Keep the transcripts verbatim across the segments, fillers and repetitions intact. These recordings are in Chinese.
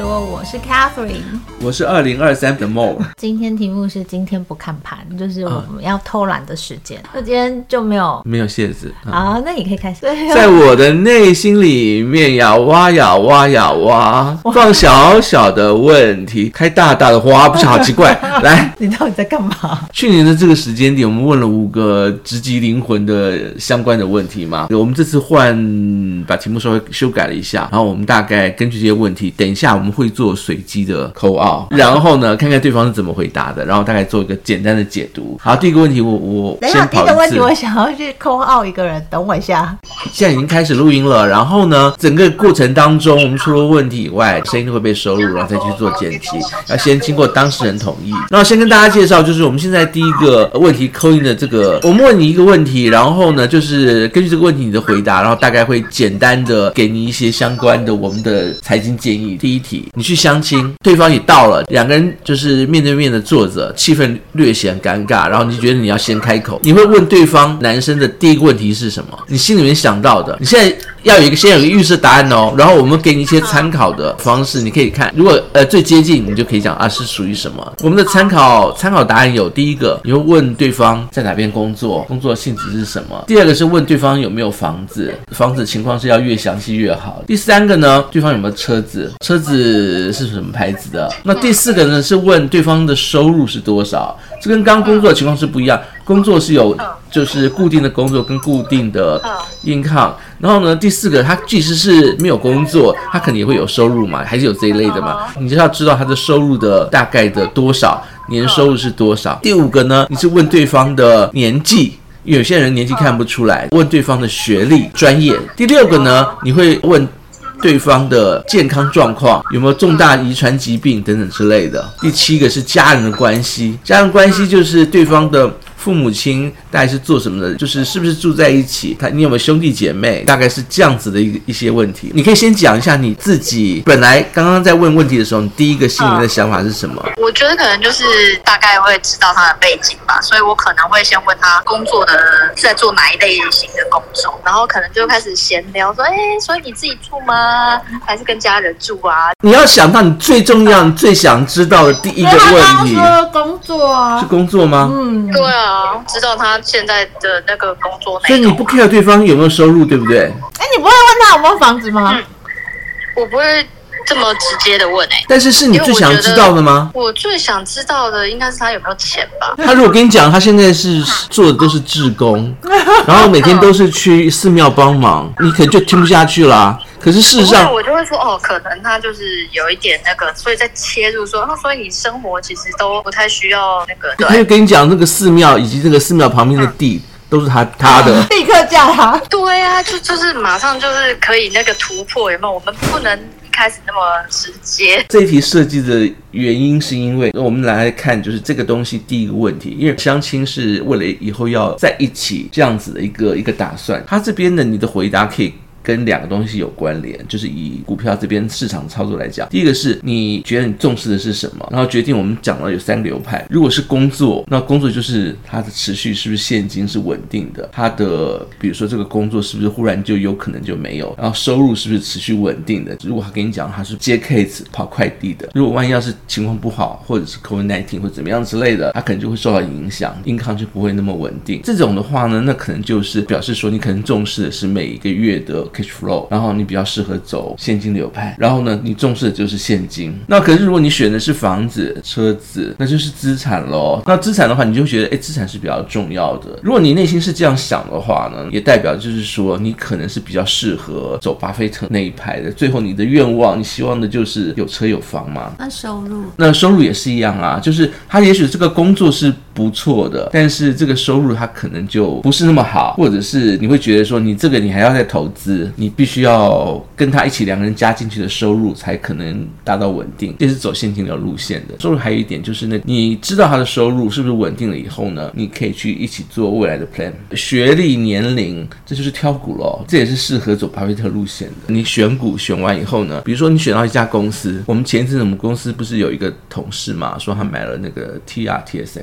说，我是 Catherine， 我是二零二三的 Mo。 今天题目是今天不看盘，就是我们要偷懒的时间。那、嗯、今天就没有没有蟹子。 好、嗯，那你可以开始。 在我的内心里面呀挖呀挖呀挖，放小小的问题，开大大的花，不是好奇怪。来， 你到底在干嘛？ 去年的这个时间点，我们问了五个直击灵魂的相关的问题嘛。我们这次换把题目稍微修改了一下，然后我们大概根据这些问题，等一下我们会做随机的call out，然后呢，看看对方是怎么回答的，然后大概做一个简单的解读。好，第一个问题我我先跑一次。 第一个问题我想要去call out一个人，等我一下。 现在已经开始录音了，然后呢，整个过程当中，我们除了问题以外，声音都会被收录，然后再去做剪辑，要先经过当事人同意。然后先跟大家介绍，就是我们现在第一个问题call in的这个，我们问你一个问题，然后呢，就是根据这个问题你的回答，然后大概会简单的给你一些相关的我们的财经建议。第一题，你去相亲，对方也到了，两个人就是面对面的坐着，气氛略显尴尬，然后你就觉得你要先开口，你会问对方男生的第一个问题是什么？你心里面想到的，你现在要有一个先有一个预设答案哦，然后我们给你一些参考的方式，你可以看，如果呃最接近，你就可以讲啊是属于什么。我们的参考参考答案有第一个，你会问对方在哪边工作，工作性质是什么；第二个是问对方有没有房子，房子情况是要越详细越好；第三个呢，对方有没有车子，车子是什么牌子的；那第四个呢是问对方的收入是多少，这跟刚工作的情况是不一样，工作是有就是固定的工作跟固定的 income， 然后呢第四个他即使是没有工作，他可能也会有收入嘛，还是有这一类的嘛，你就要知道他的收入的大概的多少，年收入是多少。第五个呢，你是问对方的年纪，因为有些人年纪看不出来，问对方的学历专业。第六个呢，你会问对方的健康状况，有没有重大遗传疾病等等之类的。第七个是家人的关系，家人关系就是对方的父母亲大概是做什么的，就是是不是住在一起，他你有没有兄弟姐妹，大概是这样子的一一些问题。你可以先讲一下你自己本来刚刚在问问题的时候，你第一个心里面的想法是什么？ 我觉得可能就是大概会知道他的背景吧，所以我可能会先问他工作的是在做哪一类型的工作，然后可能就开始闲聊说，哎，所以你自己住吗？还是跟家人住啊？你要想到你最重要、你最想知道的第一个问题。他刚刚说工作啊， 是工作吗？ 嗯， 对啊，知道他现在的那个工作内容。 所以你不 care 对方有没有收入，对不对？ 哎，你不会问他有没有房子吗？ 嗯，我不会这么直接的问。哎， 但是是你最想知道的吗？ 我, 我最想知道的应该是他有没有钱吧。 他如果跟你讲他现在是做的都是志工，然后每天都是去寺庙帮忙，你可能就听不下去啦。可是事实上我就会说哦，可能他就是有一点那个，所以在切入说，哦，所以你生活其实都不太需要那个。 他就跟你讲那个寺庙以及这个寺庙旁边的地、嗯、都是他他的， 立刻嫁他。 对啊，就就是马上就是可以那个突破，有没有？我们不能一开始那么直接。 这一题设计的原因是因为我们来看就是这个东西第一个问题，因为相亲是为了以后要在一起这样子的一个一个打算，他这边的你的回答可以跟两个东西有关联，就是以股票这边市场操作来讲，第一个是你觉得你重视的是什么，然后决定我们讲了有三个流派。如果是工作，那工作就是它的持续是不是现金是稳定的，它的比如说这个工作是不是忽然就有可能就没有，然后收入是不是持续稳定的。如果他跟你讲他是接 case 跑快递的，如果万一要是情况不好，或者是 COVID 十九 或者怎么样之类的，他可能就会受到影响， income 就不会那么稳定。这种的话呢，那可能就是表示说你可能重视的是每一个月的cash flow， 然后你比较适合走现金流派，然后呢你重视的就是现金。那可是如果你选的是房子车子，那就是资产咯。那资产的话你就会觉得哎，资产是比较重要的。如果你内心是这样想的话呢，也代表就是说你可能是比较适合走巴菲特那一派的。最后你的愿望你希望的就是有车有房嘛。 那收入那收入也是一样啊，就是他也许这个工作是不错的，但是这个收入他可能就不是那么好，或者是你会觉得说你这个你还要再投资，你必须要跟他一起两个人加进去的收入才可能达到稳定，这是走现金流路线的。收入还有一点就是那你知道他的收入是不是稳定了以后呢，你可以去一起做未来的 plan。 学历年龄这就是挑股咯，这也是适合走巴菲特路线的。你选股选完以后呢，比如说你选到一家公司，我们前一阵我们公司不是有一个同事嘛，说他买了那个 T R T S 是哪一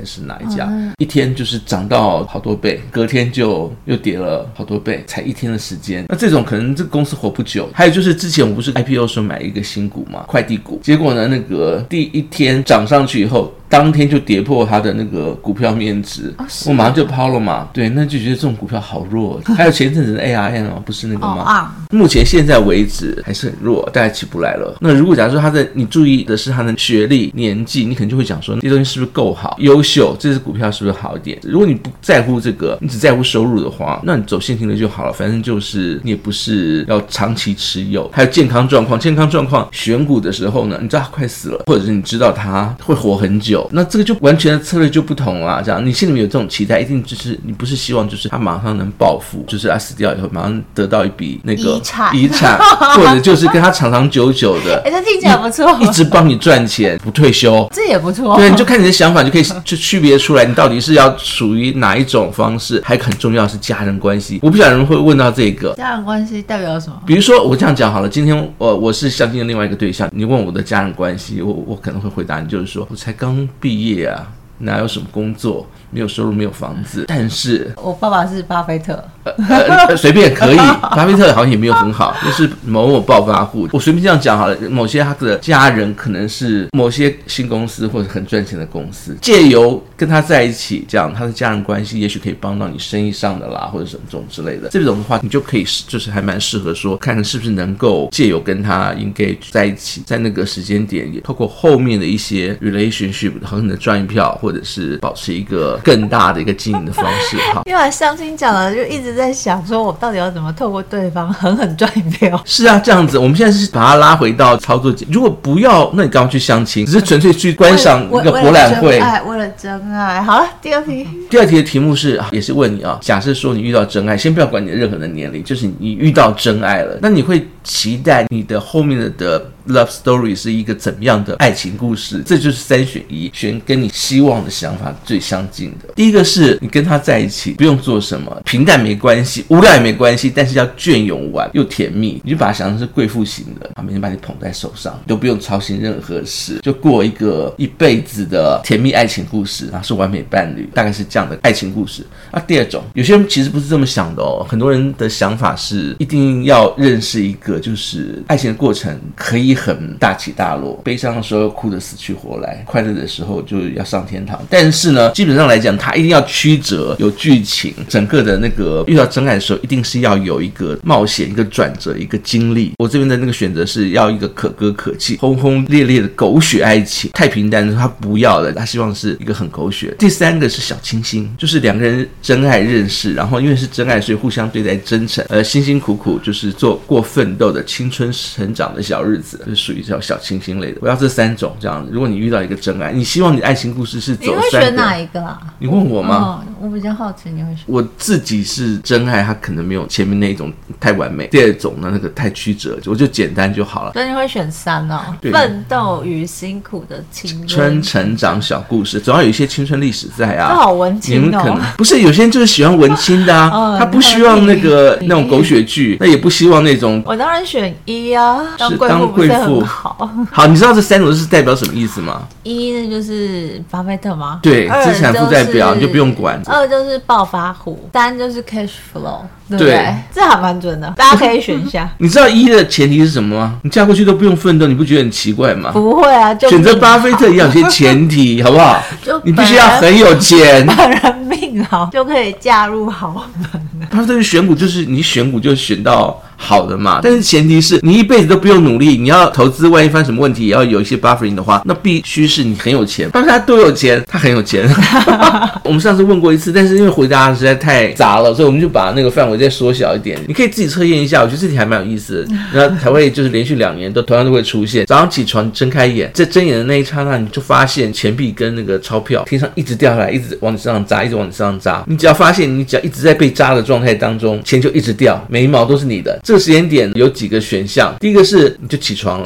讲，嗯、一天就是涨到好多倍，隔天就又跌了好多倍，才一天的时间。那这种可能这个公司活不久。还有就是之前我不是 I P O 时候买一个新股嘛，快递股，结果呢那个第一天涨上去以后，当天就跌破它的那个股票面值，哦、我马上就抛了嘛。对，那就觉得这种股票好弱。还有前阵子的 A R M 哦，不是那个吗？哦、目前现在为止还是很弱，大概起不来了。那如果假如说他的你注意的是他的学历、年纪，你可能就会讲说，这些东西是不是够好、优秀？这支股票是不是好一点？如果你不在乎这个，你只在乎收入的话，那你走现金流就好了。反正就是你也不是要长期持有。还有健康状况，健康状况选股的时候呢，你知道他快死了，或者是你知道他会活很久，那这个就完全的策略就不同了。这样你心里面有这种期待，一定就是你不是希望就是他马上能暴富，就是他死掉以后马上得到一笔那个遗产， 遗产，或者就是跟他长长久久的， 哎、欸，这听起来不错， 一直帮你赚钱不退休， 这也不错。 对，你就看你的想法，就可以就区别出来，你到底是要属于哪一种方式。还很重要是家人关系，我不晓得有人会问到这个家人关系代表什么？ 比如说我这样讲好了，今天我我是相亲的另外一个对象，你问我的家人关系，我我可能会回答你，就是说我才刚毕业啊，哪有什么工作，没有收入，没有房子，但是我爸爸是巴菲特， 呃呃随便可以，巴菲特好像也没有很好，就是某某暴发户。我随便这样讲好了，某些他的家人可能是某些新公司或者很赚钱的公司，借由跟他在一起，这样他的家人关系也许可以帮到你生意上的啦，或者什么这种之类的。这种的话，你就可以就是还蛮适合说，看看是不是能够借由跟他 engage 在一起，在那个时间点，也透过后面的一些 relationship， 可能赚一票，或者是保持一个更大的一个经营的方式。好， 因为相亲讲了，就一直在想说，我到底要怎么透过对方狠狠赚一票？ 是啊，这样子，我们现在是把它拉回到操作。如果不要，那你干嘛去相亲？只是纯粹去观赏一个博览会。 为了真爱，为了真爱。好了，第二题。 第二题的题目是，也是问你啊，假设说你遇到真爱，先不要管你的任何的年龄，就是你遇到真爱了，那你会期待你的后面的的 love story 是一个怎么样的爱情故事？这就是三选一，选跟你希望的想法最相近的。第一个是你跟他在一起，不用做什么，平淡没关系，无聊也没关系，但是要隽永完又甜蜜，你就把它想成是贵妇型的，他每天把你捧在手上，都不用操心任何事，就过一个一辈子的甜蜜爱情故事，然后是完美伴侣，大概是这样的爱情故事。那第二种，有些人其实不是这么想的哦，很多人的想法是一定要认识一个，就是爱情的过程可以很大起大落，悲伤的时候哭得死去活来，快乐的时候就要上天堂。但是呢，基本上来讲，它一定要曲折，有剧情，整个的那个遇到真爱的时候，一定是要有一个冒险，一个转折，一个经历。我这边的那个选择是要一个可歌可泣、轰轰烈烈的狗血爱情，太平淡了，他不要的，他希望是一个很狗血。第三个是小清新，就是两个人真爱认识，然后因为是真爱，所以互相对待真诚，呃，辛辛苦苦就是做过奋斗的青春成长的小日子，就是属于叫小清新类的。我要这三种这样子。如果你遇到一个真爱，你希望你的爱情故事是走三个， 你会选哪一个啊？ 你问我吗？ 哦，我比较好奇你会选。 我自己是真爱，他可能没有前面那一种太完美，第二种呢那个太曲折，我就简单就好了。 所以你会选三哦，奋斗与辛苦的青春成长小故事，总要有一些青春历史在啊。 这好文青哦。 你们可能不是，有些人就是喜欢文青的啊，哦、他不希望那个那种狗血剧，那也不希望那种。 我当然选一啊，当贵妇不是很好。 好，你知道这三种是代表什么意思吗？ 一那就是巴菲特吗？ 对，资产负债表你就不用管。 二就是暴发户，三就是 cash flow。对不对？对，这还蛮准的，大家可以选一下。 你知道一的前提是什么吗？你嫁过去都不用奋斗，你不觉得很奇怪吗？ 不会啊，就选择巴菲特也有些前提，好不好？ 就你必须要很有钱， 本人命好就可以嫁入豪门。 巴菲特选股就是你选股就选到好的嘛，但是前提是你一辈子都不用努力，你要投资，万一发生什么问题也要有一些 buffering 的话，那必须是你很有钱。巴菲特他多有钱，他很有钱。我们上次问过一次，但是因为回答实在太杂了，所以我们就把那个范围再缩小一点。你可以自己测验一下，我觉得这题还蛮有意思的，然后才会就是连续两年都同样都会出现。早上起床睁开眼，在睁眼的那一刹那，你就发现钱币跟那个钞票天上一直掉下来，一直往你身上砸，一直往你身上砸。你只要发现你只要一直在被扎的状态当中，钱就一直掉，每一毛都是你的。这个时间点有几个选项，第一个是你就起床了。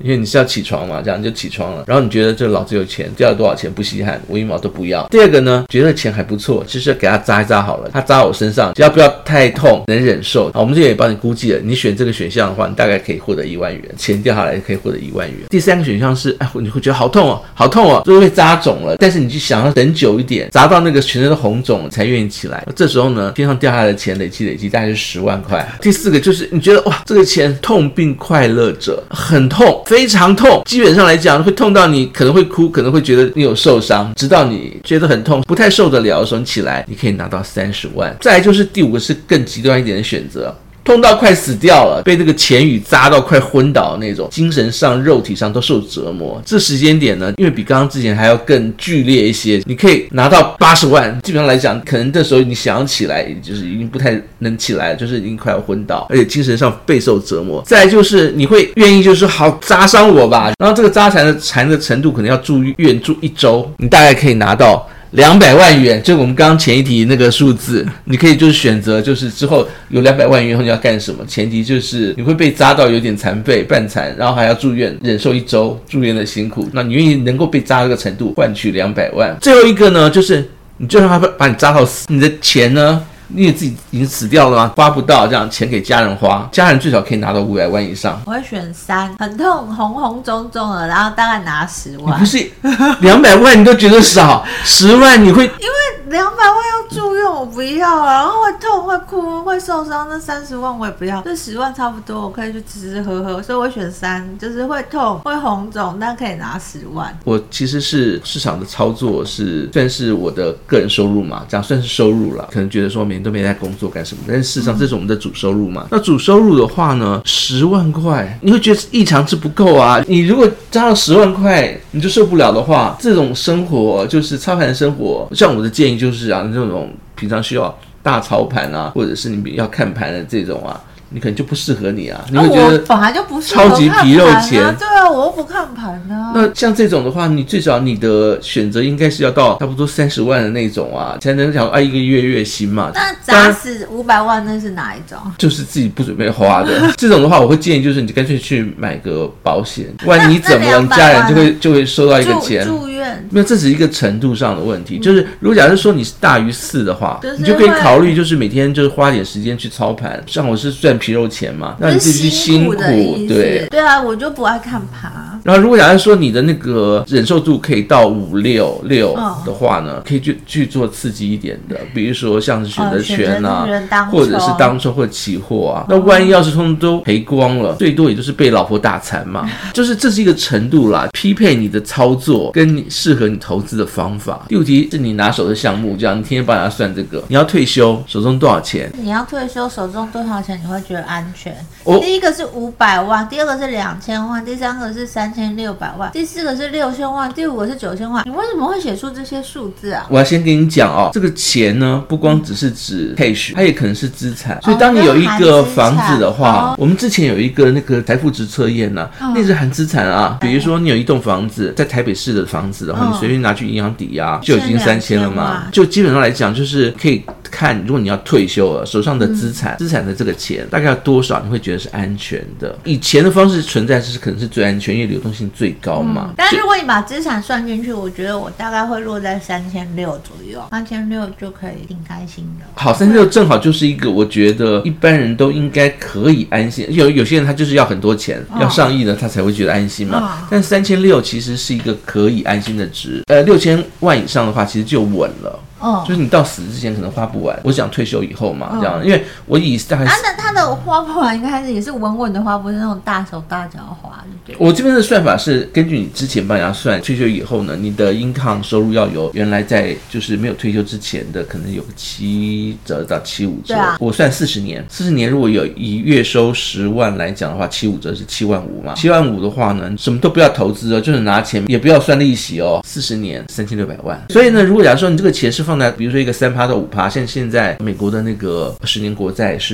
因为你是要起床嘛，这样就起床了。然后你觉得这老子有钱，掉了多少钱不稀罕，我一毛都不要。第二个呢，觉得钱还不错，其实给他扎一扎好了，他扎我身上，只要不要太痛，能忍受。好，我们这也帮你估计了，你选这个选项的话，你大概可以获得一万元，钱掉下来可以获得一万元。第三个选项是，哎，你会觉得好痛哦，好痛哦，就会扎肿了，但是你就想要等久一点，扎到那个全身都红肿了才愿意起来。这时候呢，天上掉下来的钱累积累积大概是十万块。第四个就是你觉得哇，这个钱痛并快乐着，很痛，非常痛，基本上来讲会痛到你可能会哭，可能会觉得你有受伤，直到你觉得很痛，不太受得了的时候，你起来你可以拿到三十万。再来就是第五个是更极端一点的选择。痛到快死掉了，被这个钱雨扎到快昏倒的那种，精神上肉体上都受折磨。这时间点呢，因为比刚刚之前还要更剧烈一些，你可以拿到八十万。基本上来讲，可能这时候你想要起来就是已经不太能起来了，就是已经快要昏倒，而且精神上备受折磨。再来就是你会愿意就是说好扎伤我吧，然后这个扎残的残的程度可能要住院住一周，你大概可以拿到两百万元，就我们刚刚前一题那个数字，你可以就是选择，就是之后有两百万元后你要干什么？前提就是你会被扎到有点残废、半残，然后还要住院，忍受一周住院的辛苦。那你愿意能够被扎这个程度，换取两百万？最后一个呢，就是你就让他把你扎到死，你的钱呢？因为自己已经死掉了吗？花不到，这样钱给家人花，家人最少可以拿到五百万以上。 我会选三，很痛，红红肿肿的，然后大概拿十万。 你不是两百万你都觉得少，十万你会？ 因为两百万要住院，我不要啊，然后会痛、会哭、会受伤，那三十万我也不要，这十万差不多，我可以去吃吃喝喝，所以我选三，就是会痛、会红肿，但可以拿十万。 我其实是市场的操作是算是我的个人收入嘛，这样算是收入了。可能觉得说每天都没在工作干什么，但是事实上这是我们的主收入嘛。那主收入的话呢，十万块，你会觉得异常之不够啊。你如果加到十万块你就受不了的话，这种生活就是操盘的生活，像我的建议就是啊，这种平常需要大操盘啊，或者是你要看盘的这种啊，你可能就不适合你啊，你会觉得本来就不适合超级皮肉钱。 对啊，我又不看盘啊。 那像这种的话，你最少你的选择应该是要到差不多三十万的那种啊，才能想啊一个月月薪嘛。 那砸死五百万那是哪一种？ 就是自己不准备花的这种的话，我会建议就是你干脆去买个保险，万一怎么了，家人就会就会收到一个钱。 住院没有，这只是一个程度上的问题。嗯、就是如果假设说你是大于四的话， 就是、 你就可以考虑就是每天就是花点时间去操盘。像我是赚皮肉钱嘛，让你自己去辛苦，对对啊，我就不爱看盘。 然后如果假设说你的那个忍受度可以到五六六的话呢，可以去去做刺激一点的，比如说像是选择权啊， 哦、 或者是当冲或者期货啊。那万一要是通通都赔光了，最多也就是被老婆打残嘛。就是这是一个程度啦，匹配你的操作跟你适合你投资的方法。第五题是你拿手的项目，这样你天天帮人家算这个。你要退休，手中多少钱？ 你要退休，手中多少钱你会觉得安全？哦、第一个是五百万，第二个是两千万，第三个是三千六百万，第四个是六千万，第五个是九千万。你为什么会写出这些数字啊？ 我要先跟你讲哦，这个钱呢，不光只是指 cash， 它也可能是资产。所以当你有一个房子的话，哦、我们之前有一个那个财富值测验呢、啊，哦、那是含资产啊。比如说你有一栋房子，在台北市的房子的话，哦、你随便拿去银行抵押，就已经三千了嘛。就基本上来讲，就是可以看，如果你要退休了，手上的资产，资、嗯、产的这个钱大概要多少，你会觉得是安全的。以前的方式存在是可能是最安全，因为流动性最高嘛。 嗯、但如果你把资产算进去，我觉得我大概会落在三千六左右，三千六就可以挺开心的。 好，三千六正好就是一个我觉得一般人都应该可以安心。有有些人他就是要很多钱，哦、要上亿呢，他才会觉得安心嘛。哦、但三千六其实是一个可以安心的值。呃，六千万以上的话，其实就稳了。哦，就是你到死之前可能花不完。我想退休以后嘛，哦、这样，因为我以大概啊，那他的花不完，应该是也是稳稳的花，不是那种大手大脚的花，对不对？ 我这边的算法是根据你之前帮人家算，退休以后呢，你的 income 收入要有原来在就是没有退休之前的可能有个七折到七五折。啊、我算四十年，四十年如果有以月收十万来讲的话，七五折是七万五嘛。七万五的话呢，什么都不要投资哦，就是拿钱，也不要算利息哦。四十年三千六百万。所以呢，如果假如说你这个钱是放在比如说一个三趴到五趴，像现在美国的那个十年国债是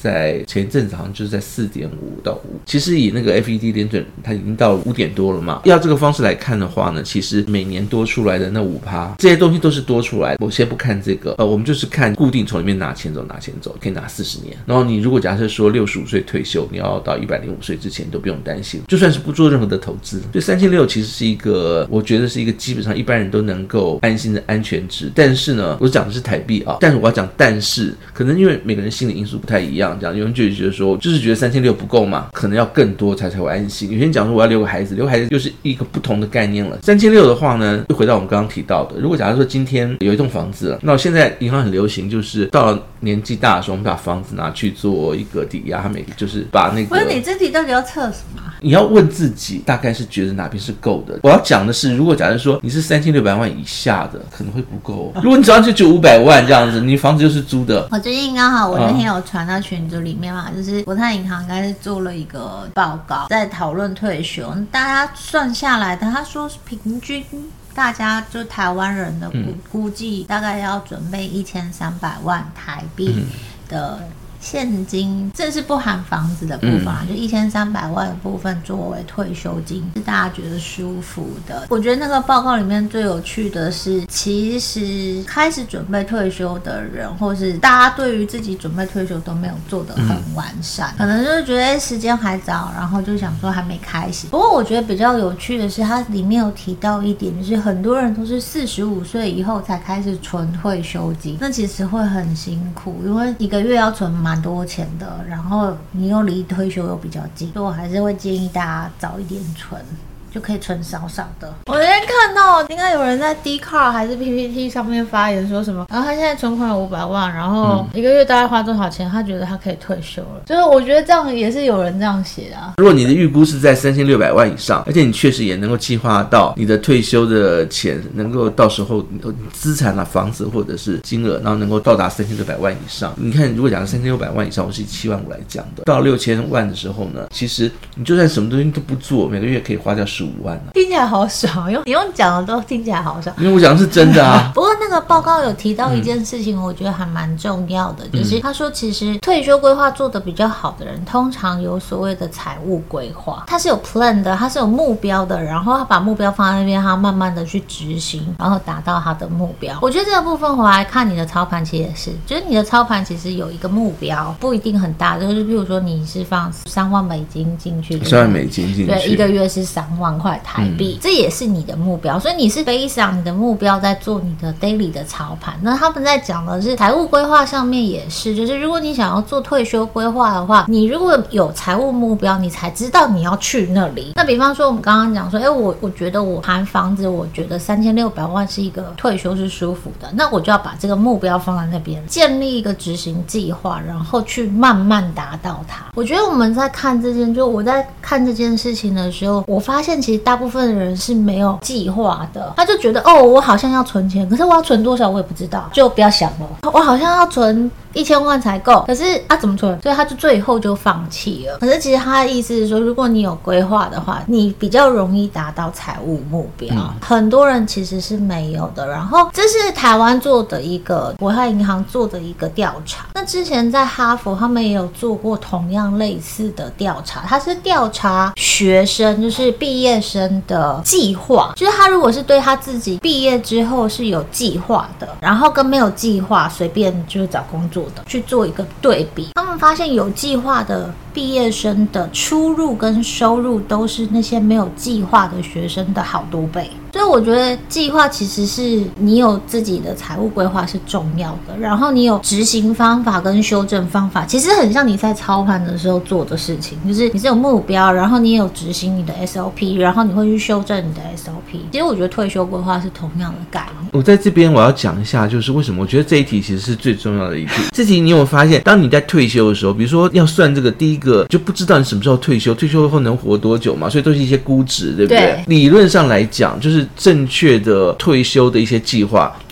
在前一阵子好像就是在 四点五 到五，其实以那个 F E D 联准它已经到五点多了嘛，要这个方式来看的话呢，其实每年多出来的那 百分之五 这些东西都是多出来的。我先不看这个，呃，我们就是看固定从里面拿钱走拿钱走，可以拿四十年。然后你如果假设说六十五岁退休，你要到一百零五岁之前都不用担心，就算是不做任何的投资，所以三千六百其实是一个，我觉得是一个基本上一般人都能够安心的安全值。但是呢，我讲的是台币啊，但是我要讲，但是可能因为每个人心理因素不太一样，这样有人就觉得说，就是觉得三千六百不够嘛，可能要更多才才会安心。有些人讲说我要留个孩子，留个孩子又是一个不同的概念了。三千六百的话呢，又回到我们刚刚提到的，如果假如说今天有一栋房子了，那现在银行很流行，就是到了年纪大的时候，我们把房子拿去做一个抵押，他每就是把那个。 不是你这题到底要测什么？ 你要问自己，大概是觉得哪边是够的。我要讲的是，如果假如说你是三千六百万以下的，可能会不够。如果你早上就只有五百万这样子，你房子就是租的。 我最近刚好我那天有传到群组里面嘛，嗯、就是国泰银行应该是做了一个报告，在讨论退休，大家算下来的，他说是平均。大家就台湾人的估估计大概要准备一千三百万台币的现金，这是不含房子的部分啊，嗯、就一千三百万的部分作为退休金，是大家觉得舒服的。我觉得那个报告里面最有趣的是，其实开始准备退休的人，或是大家对于自己准备退休都没有做得很完善，嗯、可能就是觉得时间还早，然后就想说还没开始。不过我觉得比较有趣的是，它里面有提到一点，就是很多人都是四十五岁以后才开始存退休金，那其实会很辛苦，因为一个月要存蛮多钱的，然后你又离退休又比较近，所以我还是会建议大家早一点存，就可以存少少的。我昨天看到应该有人在 Dcard 还是 P P T 上面发言说什么，然后他现在存款有五百万，然后一个月大概花多少钱，他觉得他可以退休了。就是我觉得这样也是有人这样写的啊。 如果你的预估是在三千六百万以上，而且你确实也能够计划到你的退休的钱能够到时候资产啊、房子或者是金额，然后能够到达三千六百万以上。你看，如果讲三千六百万以上，我是以七万五来讲的，到六千万的时候呢，其实你就算什么东西都不做，每个月可以花掉十五万、啊、 听起来好少，你用讲的都听起来好少， 因为我讲的是真的啊。 不过那个报告有提到一件事情，我觉得还蛮重要的，嗯、就是他说其实退休规划做得比较好的人，通常有所谓的财务规划，他是有 plan 的，他是有目标的，然后他把目标放在那边，他慢慢的去执行，然后达到他的目标。我觉得这个部分回来看你的操盘，其实也是，就是你的操盘其实有一个目标，不一定很大，就是比如说你是放三万美金进去， 三万美金进去， 对，一个月是三万块台币，嗯、这也是你的目标，所以你是背上你的目标在做你的 daily 的操盘。那他们在讲的是财务规划上面也是，就是如果你想要做退休规划的话，你如果有财务目标，你才知道你要去那里。那比方说我们刚刚讲说，哎，我我觉得我含房子，我觉得三千六百万是一个退休是舒服的，那我就要把这个目标放在那边，建立一个执行计划，然后去慢慢达到它。我觉得我们在看这件，就我在看这件事情的时候，我发现其实大部分的人是没有计划的，他就觉得哦，我好像要存钱，可是我要存多少我也不知道，就不要想了。我好像要存一千万才够，可是啊怎么存？所以他就最后就放弃了。可是其实他的意思是说，如果你有规划的话，你比较容易达到财务目标。嗯、很多人其实是没有的。然后这是台湾做的一个国泰银行做的一个调查。那之前在哈佛他们也有做过同样类似的调查，他是调查学生，就是毕业生的计划，就是他如果是对他自己毕业之后是有计划的，然后跟没有计划随便就是找工作的去做一个对比，他们发现有计划的毕业生的出入跟收入都是那些没有计划的学生的好多倍。所以我觉得计划其实是你有自己的财务规划是重要的，然后你有执行方法跟修正方法，其实很像你在操盘的时候做的事情，就是你是有目标，然后你也有执行你的 S O P， 然后你会去修正你的 S O P。 其实我觉得退休规划是同样的概念。 我在这边我要讲一下，就是为什么我觉得这一题其实是最重要的一题。这题你有发现，当你在退休的时候，比如说要算这个，第一个就不知道你什么时候退休，退休后能活多久嘛，所以都是一些估值，对不对？对，理论上来讲，就是正确的退休的一些计划，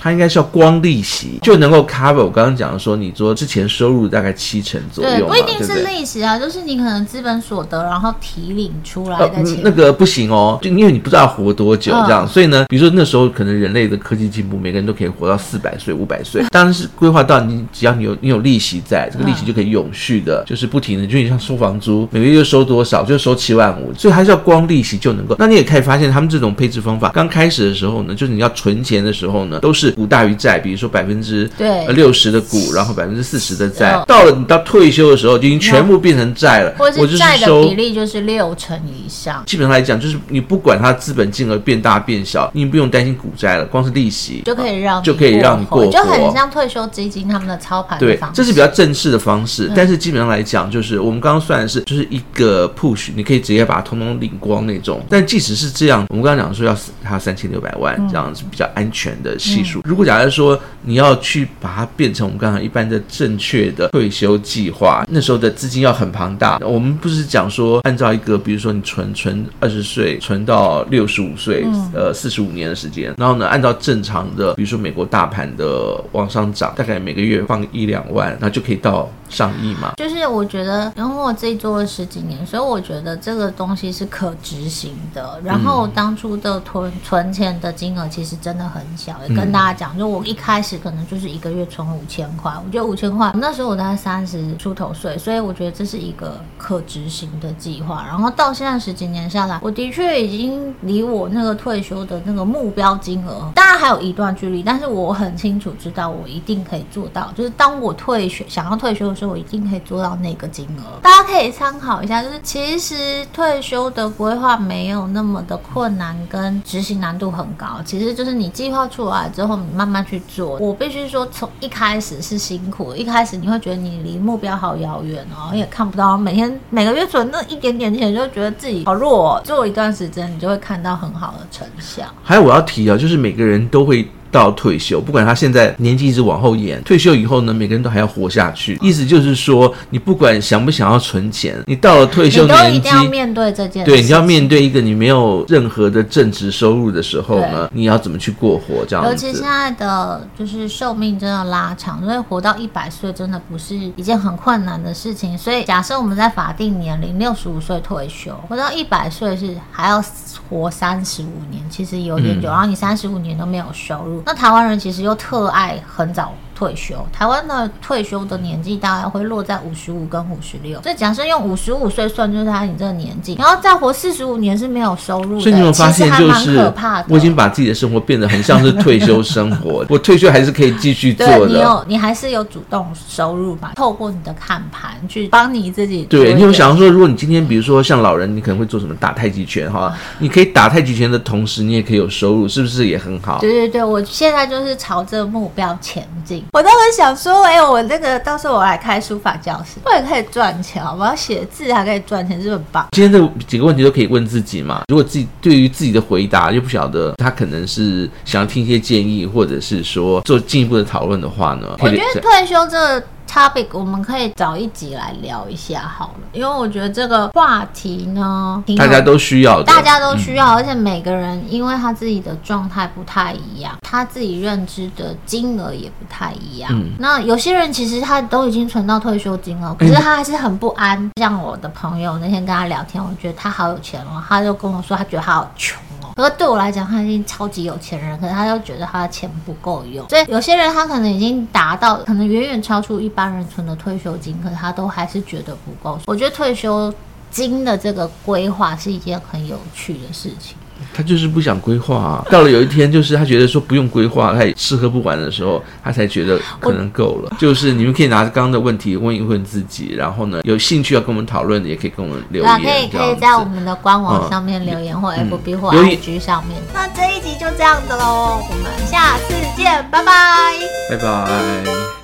它应该是要光利息就能够 cover 我刚刚讲的说，你说之前收入大概七成左右嘛， 对，不一定是对不对？ 利息啊，就是你可能资本所得，然后提领出来的钱。 呃、那个不行哦，就因为你不知道活多久这样，嗯、所以呢，比如说那时候可能人类的科技进步，每个人都可以活到四百岁、五百岁，当然是规划到你只要你有你有利息在，这个利息就可以永续的，嗯、就是不停的，就你像收房租，每个月就收多少，就收七万五，所以还是要光利息就能够。那你也可以发现，他们这种配置方法刚开始的时候呢，就是你要存钱的时候呢，都是股大于债，比如说百分之六十的股，然后百分之四十的债，到了你到退休的时候，就已经全部变成债了， 或者是债的比例就是六成以上。 基本上来讲，就是你不管它资本金额变大变小，你不用担心股债了，光是利息就可以让就可以让你过活， 就很像退休基金他们的操盘的方式。 对，这是比较正式的方式，嗯、但是基本上来讲，就是我们刚刚算的是就是一个 push， 你可以直接把它通通领光那种。但即使是这样，我们刚刚讲说要它三千六百万，这样是比较安全的系数。嗯、如果假如说你要去把它变成我们刚刚一般的正确的退休计划，那时候的资金要很庞大。我们不是讲说按照一个，比如说你存存二十岁存到六十五岁，嗯、呃四十五年的时间，然后呢按照正常的，比如说美国大盘的往上涨，大概每个月放一两万，然后就可以到上亿嘛。 就是我觉得，因为我自己做了十几年，所以我觉得这个东西是可执行的。然后当初的存存钱的金额其实真的很小，也跟大家讲，就我一开始可能就是一个月存五千块，我觉得五千块，那时候我大概三十出头岁，所以我觉得这是一个可执行的计划。然后到现在十几年下来，我的确已经离我那个退休的那个目标金额，当然还有一段距离，但是我很清楚知道我一定可以做到，就是当我退休想要退休的时候，我一定可以做到那个金额。大家可以参考一下，就是其实退休的规划没有那么的困难，跟执行难度很高，其实就是你计划出来之后，你慢慢去做。我必须说，从一开始是辛苦，一开始你会觉得你离目标好遥远哦，也看不到，每天每个月存那一点点钱，就觉得自己好弱哦。做一段时间，你就会看到很好的成效。 还有我要提啊，就是每个人都会到退休，不管他现在年纪一直往后延，退休以后呢，每个人都还要活下去。意思就是说，你不管想不想要存钱，你到了退休年纪， 你都一定要面对这件事。 对，你要面对一个你没有任何的正职收入的时候呢，你要怎么去过活？这样子。 尤其现在的就是寿命真的拉长，所以活到一百岁真的不是一件很困难的事情。所以假设我们在法定年龄六十五岁退休，活到一百岁是还要活三十五年，其实有点久。嗯、然后你三十五年都没有收入。那台湾人其实又特爱很早退休，台湾的退休的年纪大概会落在五十五跟五十六，所以假设用五十五岁算，就是他你这个年纪，然后再活四十五年是没有收入的。 所以你有发现，就是可怕的， 我已经把自己的生活变得很像是退休生活，我退休还是可以继续做的。 对，你有，你还是有主动收入嘛？透过你的看盘去帮你自己。 对，你有想说，如果你今天比如说像老人，你可能会做什么打太极拳哈，你可以打太极拳的同时，你也可以有收入，是不是也很好？ 对对对，我现在就是朝这个目标前进。我当时想说，哎、欸，我那个到时候我来开书法教室，我也可以赚钱，我要写字还可以赚钱，是不是很棒？ 今天的几个问题都可以问自己嘛。如果自己对于自己的回答又不晓得，他可能是想要听一些建议，或者是说做进一步的讨论的话呢， 我觉得退休这个topic 我们可以找一集来聊一下好了，因为我觉得这个话题呢， 大家都需要的， 大家都需要，嗯、而且每个人因为他自己的状态不太一样，他自己认知的金额也不太一样。嗯、那有些人其实他都已经存到退休金了，可是他还是很不安。嗯、像我的朋友那天跟他聊天，我觉得他好有钱哦，他就跟我说他觉得他好穷。可是对我来讲，他已经超级有钱人，可是他就觉得他的钱不够用。所以有些人他可能已经达到，可能远远超出一般人存的退休金，可是他都还是觉得不够。我觉得退休金的这个规划是一件很有趣的事情。 他就是不想规划、啊，到了有一天，就是他觉得说不用规划，他也吃喝不完的时候，他才觉得可能够了。就是你们可以拿着刚刚的问题问一问自己，然后呢，有兴趣要跟我们讨论的，也可以跟我们留言。 可以可以在我们的官网上面留言，嗯、或 F B 或 I G 上面。那这一集就这样子喽，我们下次见，拜拜， 拜拜。